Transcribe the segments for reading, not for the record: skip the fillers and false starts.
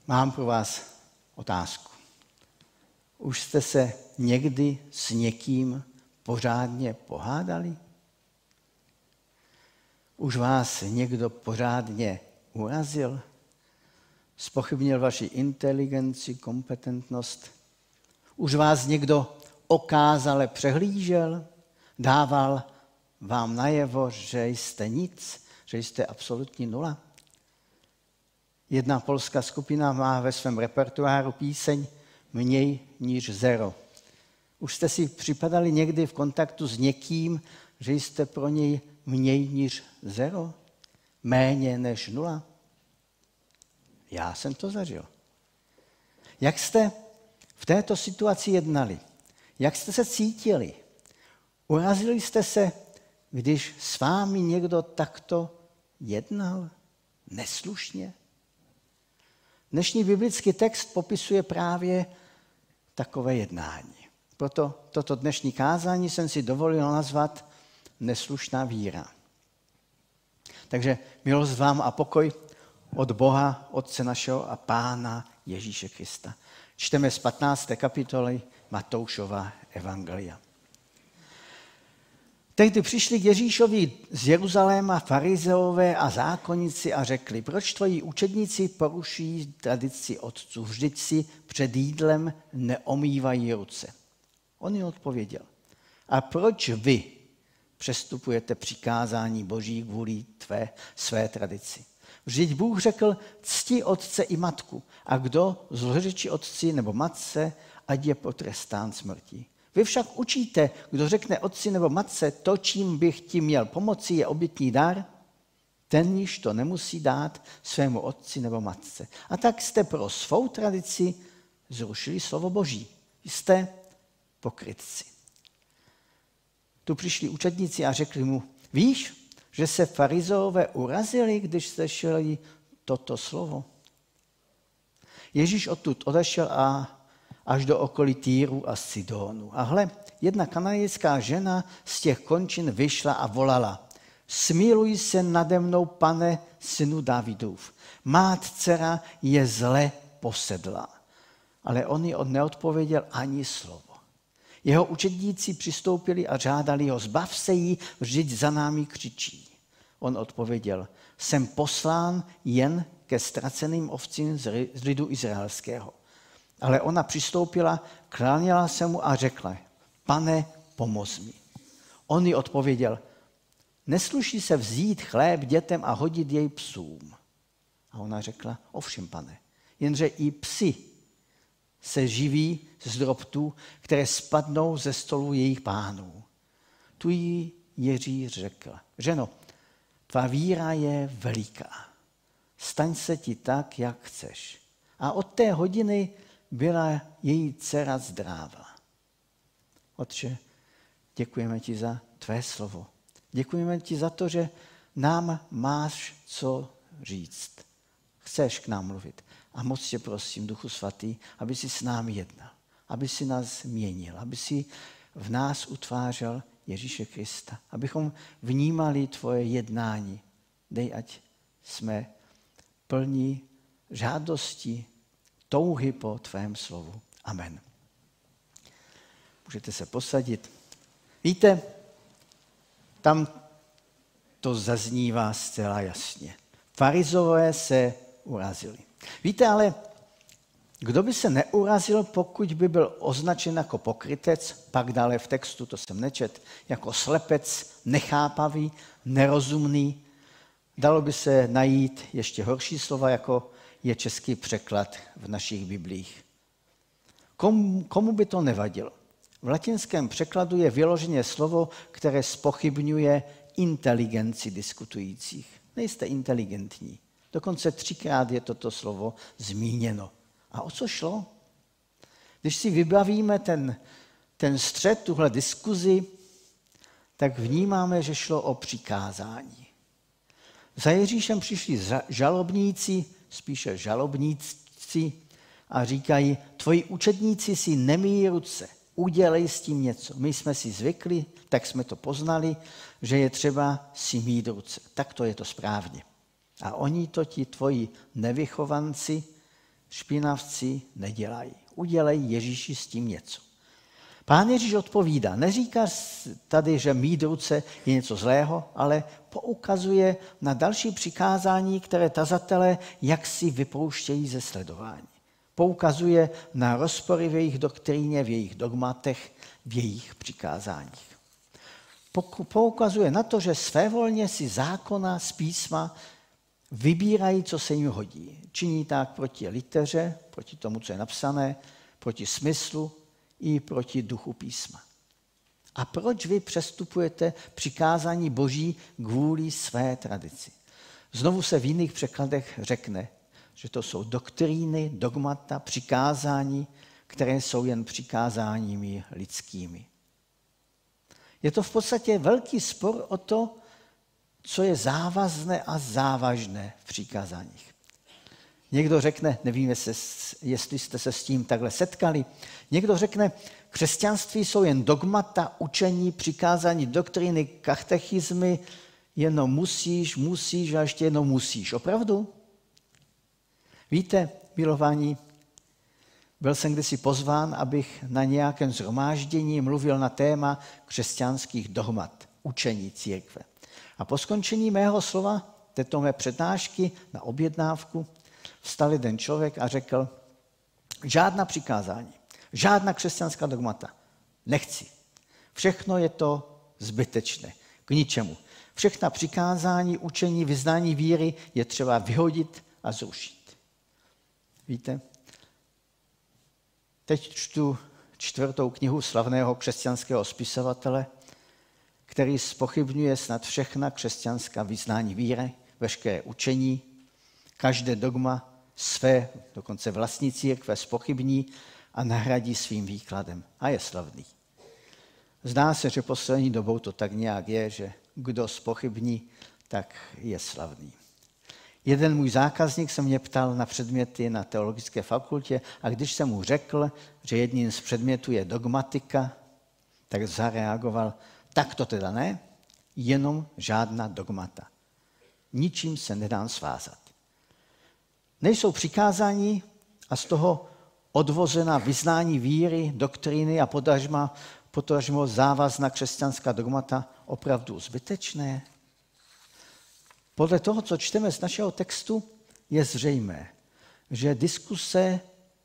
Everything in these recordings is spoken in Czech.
Mám pro vás otázku. Už jste se někdy s někým pořádně pohádali? Už vás někdo pořádně urazil? Zpochybnil vaši inteligenci, kompetentnost? Už vás někdo okázale přehlížel? Dával vám najevo, že jste nic, že jste absolutní nula? Jedna polská skupina má ve svém repertoáru píseň Mniej niž zero. Už jste si připadali někdy v kontaktu s někým, že jste pro něj mniej niž zero? Méně než nula? Já jsem to zažil. Jak jste v této situaci jednali? Jak jste se cítili? Urazili jste se, když s vámi někdo takto jednal? Neslušně? Dnešní biblický text popisuje právě takové jednání. Proto toto dnešní kázání jsem si dovolil nazvat Neslušná víra. Takže milost vám a pokoj od Boha, Otce našeho a Pána Ježíše Krista. Čteme z 15. kapitoly Matoušova evangelia. Tehdy přišli k Ježíšovi z Jeruzaléma farizeové a zákonníci a řekli, proč tvoji učedníci porušují tradici otců, vždyť si před jídlem neomývají ruce. On jim odpověděl, a proč vy přestupujete přikázání Boží kvůli své tradici? Vždyť Bůh řekl, cti otce i matku, a kdo zlorečí otci nebo matce, ať je potrestán smrtí. Vy však učíte, kdo řekne otci nebo matce, to, čím bych ti měl pomoci, je obětní dar, ten již to nemusí dát svému otci nebo matce. A tak jste pro svou tradici zrušili slovo Boží. Jste pokrytci. Tu přišli učedníci a řekli mu, víš, že se farizeové urazili, když slyšeli toto slovo? Ježíš odtud odešel až do okolí Týru a Sidonu. A hle, jedna kananejská žena z těch končin vyšla a volala, smiluj se nade mnou, pane, synu Davidův. Má dcera je zle posedlá. Ale on jí neodpověděl ani slovo. Jeho učedníci přistoupili a žádali ho, zbav se jí, vždyť za námi křičí. On odpověděl, jsem poslán jen ke ztraceným ovcím z lidu izraelského. Ale ona přistoupila, kláněla se mu a řekla, pane, pomoz mi. On jí odpověděl, nesluší se vzít chléb dětem a hodit jej psům. A ona řekla, ovšem, pane, jenže i psi se živí z drobtů, které spadnou ze stolu jejich pánů. Tu jí Ježíš řekl, ženo, tvá víra je veliká. Staň se ti tak, jak chceš. A od té hodiny byla její dcera zdrává. Otče, děkujeme ti za tvé slovo. Děkujeme ti za to, že nám máš co říct. Chceš k nám mluvit. A moc tě prosím, Duchu Svatý, aby si s námi jednal. Aby si nás změnil. Aby si v nás utvářel Ježíše Krista. Abychom vnímali tvoje jednání. Dej, ať jsme plní žádosti, touhy po tvém slovu. Amen. Můžete se posadit. Víte, tam to zaznívá zcela jasně. Farizové se urazili. Víte, ale kdo by se neurazil, pokud by byl označen jako pokrytec, pak dále v textu, to jsem nečet, jako slepec, nechápavý, nerozumný. Dalo by se najít ještě horší slova, jako je český překlad v našich biblích. Komu by to nevadilo? V latinském překladu je vyloženě slovo, které zpochybňuje inteligenci diskutujících. Nejste inteligentní. Dokonce 3krát je toto slovo zmíněno. A o co šlo? Když si vybavíme ten střed, tuhle diskuzi, tak vnímáme, že šlo o přikázání. Za Ježíšem přišli žalobníci, spíše žalobníci, a říkají, tvoji učedníci si nemýjí ruce, udělej s tím něco. My jsme si zvykli, tak jsme to poznali, že je třeba si mít ruce. Tak to je to správně. A oni to ti tvoji nevychovanci špinavci nedělají. Udělej Ježíši s tím něco. Pán Ježíš odpovídá, neříká tady, že mít ruce je něco zlého, ale poukazuje na další přikázání, které tazatelé jaksi vypouštějí ze sledování. Poukazuje na rozpory v jejich doktríně, v jejich dogmatech, v jejich přikázáních. Poukazuje na to, že svévolně si zákona z písma vybírají, co se jim hodí. Činí tak proti liteře, proti tomu, co je napsané, proti smyslu i proti duchu písma. A proč vy přestupujete přikázání Boží kvůli své tradici? Znovu se v jiných překladech řekne, že to jsou doktríny, dogmata, přikázání, které jsou jen přikázáními lidskými. Je to v podstatě velký spor o to, co je závazné a závažné v přikázáních. Někdo řekne, nevím, jestli jste se s tím takhle setkali, někdo řekne, křesťanství jsou jen dogmata, učení, přikázání, doktríny, katechizmy, jenom musíš a ještě jenom musíš. Opravdu? Víte, milovaní, byl jsem kdysi pozván, abych na nějakém shromáždění mluvil na téma křesťanských dogmat, učení církve. A po skončení mého slova, této mé přednášky na objednávku, vstal jeden člověk a řekl, žádná přikázání, žádná křesťanská dogmata, nechci. Všechno je to zbytečné, k ničemu. Všechna přikázání, učení, vyznání víry je třeba vyhodit a zrušit. Víte, teď čtu 4. knihu slavného křesťanského spisovatele, který zpochybňuje snad všechna křesťanská vyznání víry, veškeré učení, každé dogma své, dokonce vlastní církve zpochybní a nahradí svým výkladem. A je slavný. Zdá se, že poslední dobou to tak nějak je, že kdo zpochybní, tak je slavný. Jeden můj zákazník se mě ptal na předměty na teologické fakultě a když jsem mu řekl, že jedním z předmětů je dogmatika, tak zareagoval, tak to teda ne, jenom žádná dogmata. Ničím se nedám svázat. Nejsou přikázání a z toho odvozená vyznání víry, doktríny a potažmo závazná křesťanská dogmata opravdu zbytečné? Podle toho, co čteme z našeho textu, je zřejmé, že diskuse,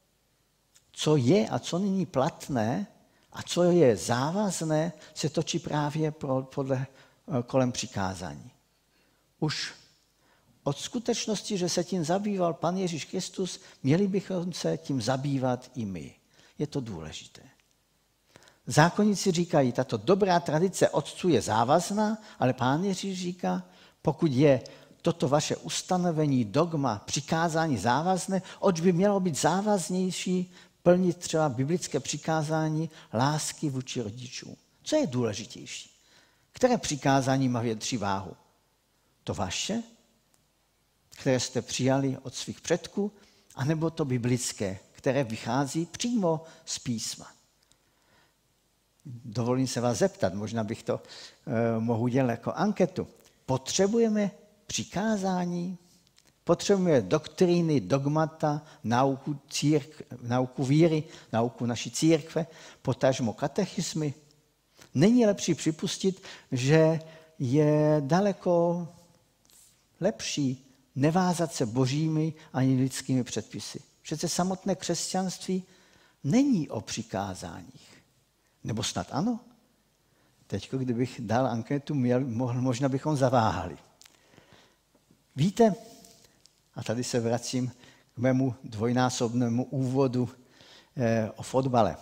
co je a co není platné a co je závazné, se točí právě kolem přikázání. Už od skutečnosti, že se tím zabýval Pan Ježíš Kristus, měli bychom se tím zabývat i my. Je to důležité. Zákonníci říkají, tato dobrá tradice otců je závazná, ale Pán Ježíš říká, pokud je toto vaše ustanovení, dogma, přikázání závazné, oč by mělo být závaznější plnit třeba biblické přikázání lásky vůči rodičům. Co je důležitější? Které přikázání má větší váhu? To vaše, které jste přijali od svých předků, anebo to biblické, které vychází přímo z písma? Dovolím se vás zeptat, možná bych to mohl udělat jako anketu. Potřebujeme přikázání, potřebujeme doktríny, dogmata, nauku víry, nauku naší církve, potažmo katechismy. Není lepší připustit, že je daleko lepší nevázat se božími ani lidskými předpisy. Přece samotné křesťanství není o přikázáních. Nebo snad ano? Teď, kdybych dal anketu, možná bychom zaváhali. Víte, a tady se vracím k mému dvojnásobnému úvodu o fotbale.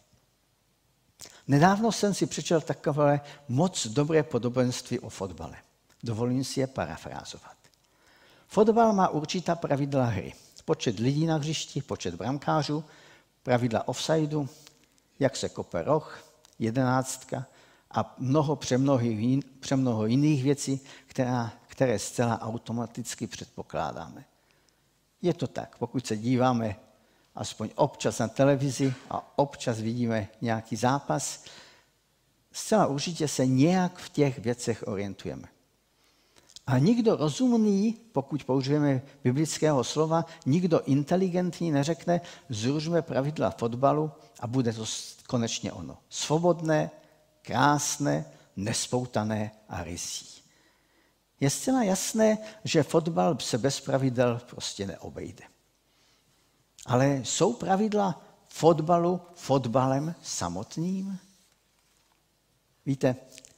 Nedávno jsem si přečetl takové moc dobré podobenství o fotbale. Dovolím si je parafrázovat. Fotbal má určitá pravidla hry. Počet lidí na hřišti, počet brankářů, pravidla offsideu, jak se kope roh, 11 a přemnoho jiných věcí, které zcela automaticky předpokládáme. Je to tak, pokud se díváme aspoň občas na televizi a občas vidíme nějaký zápas, zcela určitě se nějak v těch věcech orientujeme. A nikdo rozumný, pokud použijeme biblického slova, nikdo inteligentní neřekne, zrušme pravidla fotbalu a bude to konečně ono. Svobodné, krásné, nespoutané a rysí. Je zcela jasné, že fotbal se bez pravidel prostě neobejde. Ale jsou pravidla fotbalu fotbalem samotným? Víte,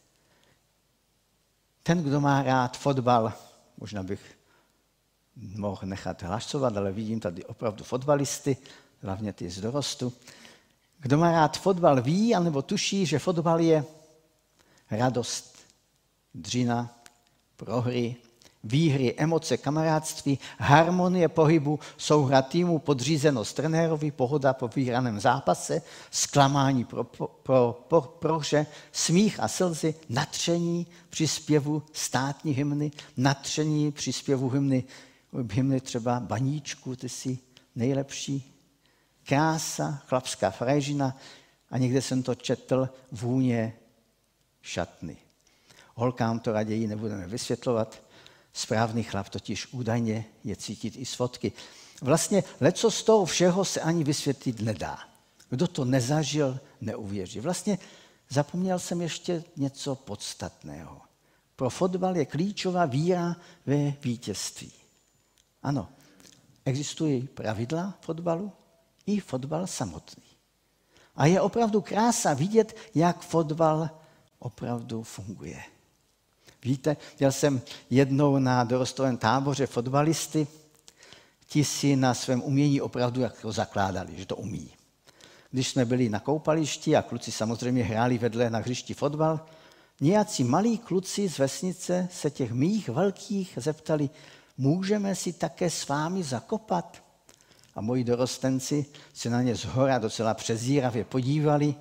ten, kdo má rád fotbal, možná bych mohl nechat hlasovat, ale vidím tady opravdu fotbalisty, hlavně ty z dorostu. Kdo má rád fotbal, ví anebo tuší, že fotbal je radost, dřina, prohry, výhry, emoce, kamarádství, harmonie pohybu, souhra týmu, podřízenost trenérovi, pohoda po vyhraném zápase, zklamání pro prohře, smích a slzy, nadšení při zpěvu státní hymny, nadšení při zpěvu hymny třeba Baníčku, ty jsi nejlepší, krása, chlapská frajžina a někde jsem to četl, vůně šatny. Holkám to raději nebudeme vysvětlovat, správný chlap totiž údajně je cítit i z fotky. Vlastně leco z toho všeho se ani vysvětlit nedá. Kdo to nezažil, neuvěří. Vlastně zapomněl jsem ještě něco podstatného. Pro fotbal je klíčová víra ve vítězství. Ano, existují pravidla fotbalu i fotbal samotný. A je opravdu krása vidět, jak fotbal opravdu funguje. Víte, měl jsem jednou na dorostovém táboře fotbalisty, ti si na svém umění opravdu jako zakládali, že to umí. Když jsme byli na koupališti a kluci samozřejmě hráli vedle na hřišti fotbal, nějací malí kluci z vesnice se těch mých velkých zeptali, můžeme si také s vámi zakopat? A moji dorostenci se na ně zhora docela přezíravě podívali,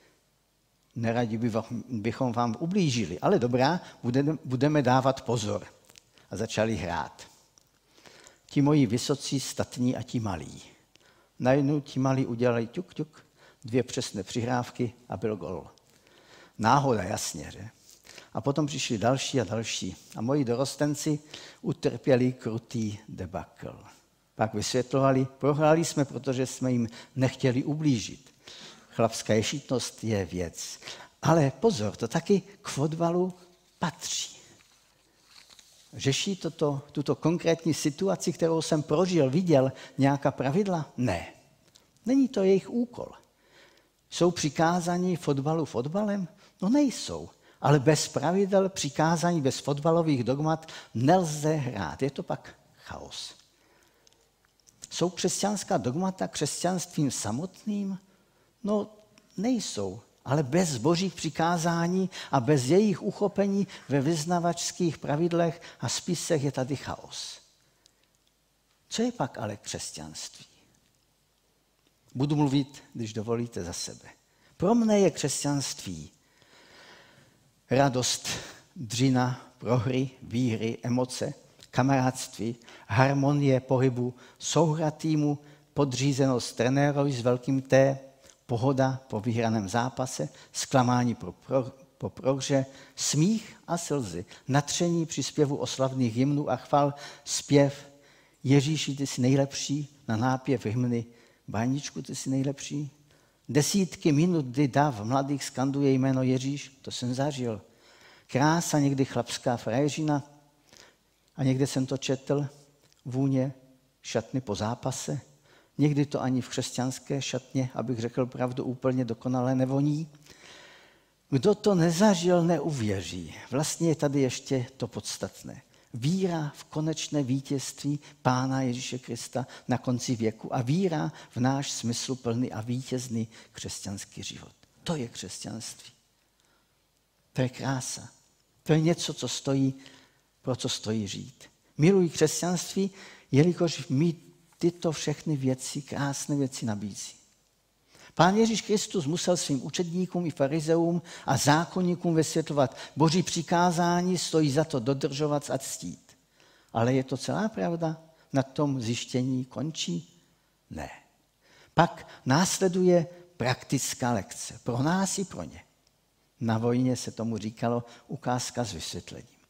neradi bychom vám ublížili, ale dobrá, budeme dávat pozor. A začali hrát. Ti moji vysocí, statní a ti malí. Najednou ti malí udělali ťuk, ťuk, 2 přesné přihrávky a byl gol. Náhoda, jasně, že? A potom přišli další a další. A moji dorostenci utrpěli krutý debakl. Pak vysvětlovali, prohráli jsme, protože jsme jim nechtěli ublížit. Chlapská ješitnost je věc. Ale pozor, to taky k fotbalu patří. Řeší tuto konkrétní situaci, kterou jsem prožil, viděl nějaká pravidla? Ne. Není to jejich úkol. Jsou přikázaní fotbalu fotbalem? No nejsou. Ale bez pravidel, přikázání, bez fotbalových dogmat nelze hrát. Je to pak chaos. Jsou křesťanská dogmata křesťanstvím samotným? No, nejsou, ale bez božích přikázání a bez jejich uchopení ve vyznavačských pravidlech a spisech je tady chaos. Co je pak ale křesťanství? Budu mluvit, když dovolíte, za sebe. Pro mne je křesťanství radost, dřina, prohry, výhry, emoce, kamarádství, harmonie pohybu, souhra týmu, podřízenost trenérovi s velkým T, pohoda po vyhraném zápase, zklamání po prohře, smích a slzy, nadšení při zpěvu oslavných hymnů a chval, zpěv Ježíši, ty jsi nejlepší, na nápěv hymny Baníčku, ty jsi nejlepší. Desítky minut, kdy dav mladých skanduje jméno Ježíš, to jsem zažil. Krása, někdy chlapská frajeřina a někde jsem to četl, vůně šatny po zápase. Někdy to ani v křesťanské šatně, abych řekl pravdu, úplně dokonale nevoní. Kdo to nezažil, neuvěří. Vlastně je tady ještě to podstatné. Víra v konečné vítězství Pána Ježíše Krista na konci věku a víra v náš smysluplný a vítězný křesťanský život. To je křesťanství. To je krása. To je něco, co stojí, pro co stojí žít. Miluji křesťanství, jelikož mi tyto všechny věci, krásné věci nabízí. Pán Ježíš Kristus musel svým učedníkům i farizeům a zákonníkům vysvětlovat, boží přikázání stojí za to dodržovat a ctít. Ale je to celá pravda? Na tom zjištění končí? Ne. Pak následuje praktická lekce. Pro nás i pro ně. Na vojně se tomu říkalo ukázka s vysvětlením.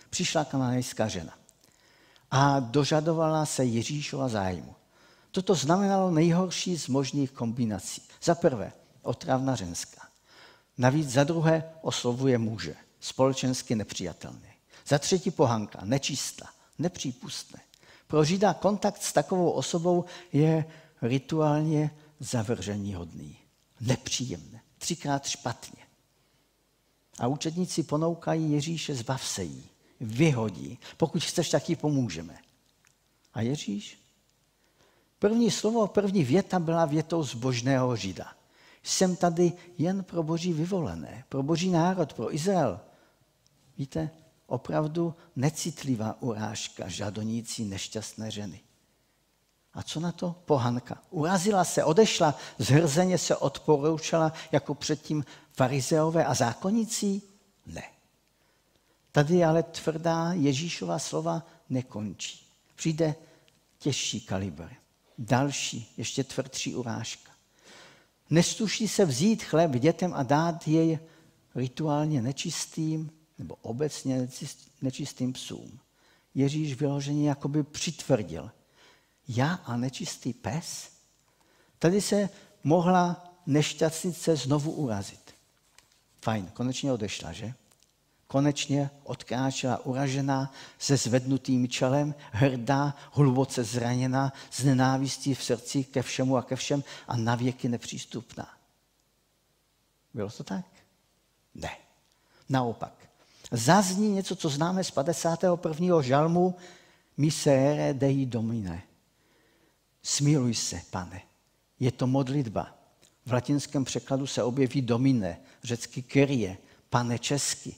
přišla kananejská žena a dožadovala se Ježíšova zájmu. Toto znamenalo nejhorší z možných kombinací. Za prvé, otravná ženská. Navíc za druhé oslovuje muže, společensky nepřijatelné. Za třetí pohanka, nečistá, nepřípustné. Pro Žida kontakt s takovou osobou je rituálně zavrženíhodný, nepříjemné, 3krát špatně. A učedníci ponoukají Ježíše, zbav se jí, vyhodí, pokud chceš, tak jí pomůžeme. A Ježíš? První slovo, první věta byla větou zbožného Žida. Jsem tady jen pro Boží vyvolené, pro Boží národ, pro Izrael. Víte, opravdu necitlivá urážka žadonící nešťastné ženy. A co na to pohanka? Urazila se, odešla, zhrzeně se odporoučela jako předtím farizeové a zákonníci? Ne. Tady ale tvrdá Ježíšova slova nekončí. Přijde těžší kalibr, další, ještě tvrdší urážka. Nestuší se vzít chléb dětem a dát jej rituálně nečistým nebo obecně nečistým psům. Ježíš vyloženě jakoby přitvrdil. Já a nečistý pes? Tady se mohla nešťastnice znovu urazit. Fajn, konečně odešla, že? Konečně odkráčela uražená se zvednutým čelem, hrdá, hluboce zraněná, s nenávistí v srdci ke všemu a ke všem a navěky nepřístupná. Bylo to tak? Ne. Naopak. Zazní něco, co známe z 51. žalmu Miserere Dei Domine. Smiluj se, Pane. Je to modlitba. V latinském překladu se objeví domine, řecky kyrie, Pane česky.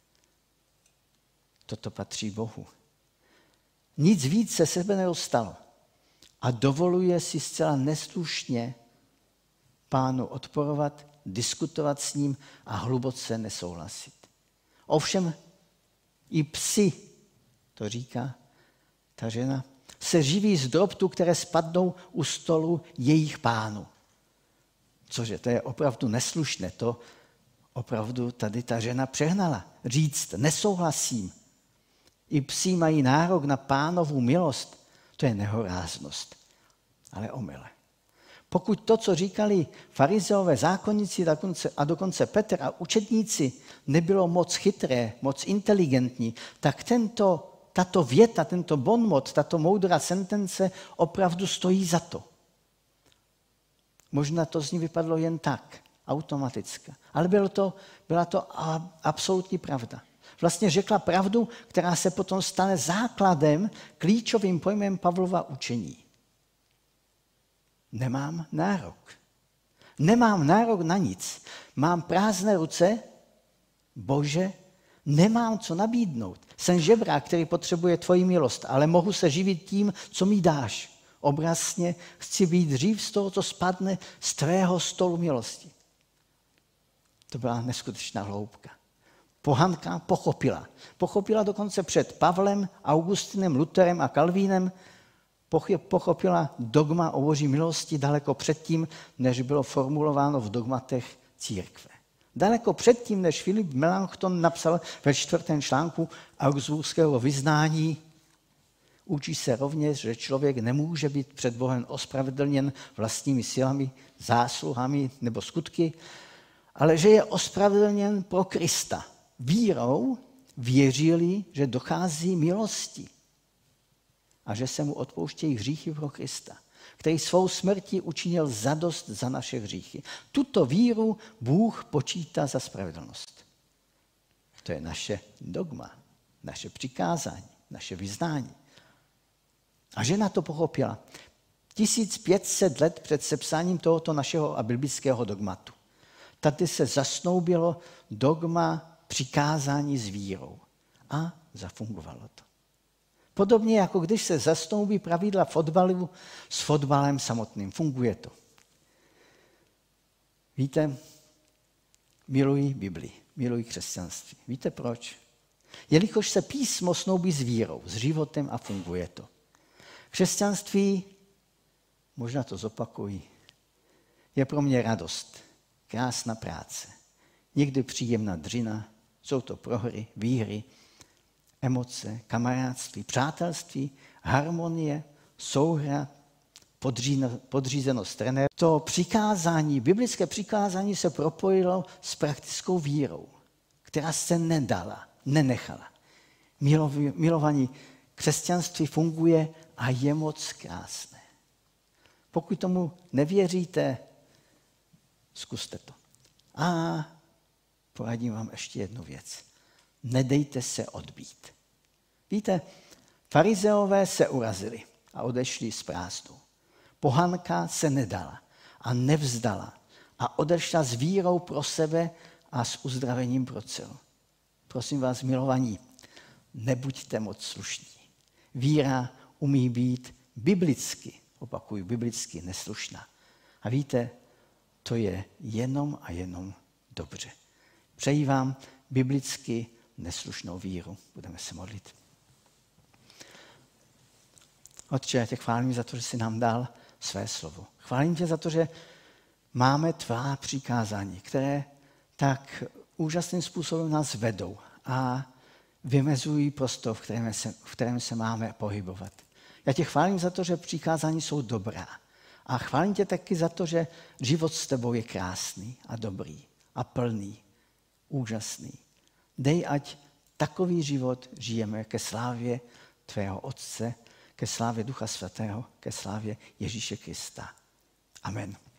Toto patří Bohu. Nic víc se sebe nedostalo a dovoluje si zcela neslušně Pánu odporovat, diskutovat s ním a hluboce nesouhlasit. Ovšem i psi, to říká ta žena, se živí z drobtů, které spadnou u stolu jejich pánů. Cože, to je opravdu neslušné, to opravdu tady ta žena přehnala. Říct, nesouhlasím. I psi mají nárok na Pánovu milost, to je nehoráznost, ale omyle. Pokud to, co říkali farizeové, zákonníci a dokonce Petr a učedníci, nebylo moc chytré, moc inteligentní, tak tato věta, tento bonmot, tato moudrá sentence opravdu stojí za to. Možná to z ní vypadlo jen tak, automaticky, ale byla to absolutní pravda. Vlastně řekla pravdu, která se potom stane základem, klíčovým pojmem Pavlova učení. Nemám nárok. Nemám nárok na nic. Mám prázdné ruce, Bože, nemám co nabídnout. Jsem žebrák, který potřebuje tvoji milost, ale mohu se živit tím, co mi dáš. Obrazně chci být dřív z toho, co spadne z tvého stolu milosti. To byla neskutečná hloubka. Pohanka pochopila. Pochopila dokonce před Pavlem, Augustinem, Lutherem a Kalvínem. Pochopila dogma o Boží milosti daleko předtím, než bylo formulováno v dogmatech církve. Daleko předtím, než Filip Melanchthon napsal ve 4. článku Augsburského vyznání, učí se rovněž, že člověk nemůže být před Bohem ospravedlněn vlastními silami, zásluhami nebo skutky, ale že je ospravedlněn pro Krista. Vírou věřili, že dochází milosti a že se mu odpouštějí hříchy pro Krista, který svou smrtí učinil zadost za naše hříchy. Tuto víru Bůh počítá za spravedlnost. To je naše dogma, naše přikázání, naše vyznání. A žena to pochopila 1500 let před sepsáním tohoto našeho biblického dogmatu. Tady se zasnoubilo dogma přikázání s vírou a zafungovalo to. Podobně jako když se zasnoubí pravidla fotbalu s fotbalem samotným. Funguje to. Víte, miluji Biblii, miluji křesťanství. Víte proč? Jelikož se písmo snoubí s vírou, s životem a funguje to. Křesťanství, možná to zopakuji, je pro mě radost, krásná práce, někdy příjemná dřina, jsou to prohry, výhry, emoce, kamarádství, přátelství, harmonie, souhra, podřízenost trenéru. To přikázání, biblické přikázání se propojilo s praktickou vírou, která se nenechala. Milování křesťanství funguje a je moc krásné. Pokud tomu nevěříte, zkuste to. A poradím vám ještě jednu věc. Nedejte se odbít. Víte, farizeové se urazili a odešli z prázdnou. Pohanka se nedala a nevzdala a odešla s vírou pro sebe a s uzdravením pro celou. Prosím vás, milovaní, nebuďte moc slušní. Víra umí být biblicky neslušná. A víte, to je jenom a jenom dobře. Přeji vám biblicky neslušnou víru. Budeme se modlit. Otče, já tě chválím za to, že jsi nám dal své slovo. Chválím tě za to, že máme tvá přikázání, které tak úžasným způsobem nás vedou a vymezují prostor, v kterém se máme pohybovat. Já tě chválím za to, že přikázání jsou dobrá. A chválím tě taky za to, že život s tebou je krásný a dobrý a plný, úžasný. Dej, ať takový život žijeme ke slávě tvého Otce, ke slávě Ducha Svatého, ke slávě Ježíše Krista. Amen.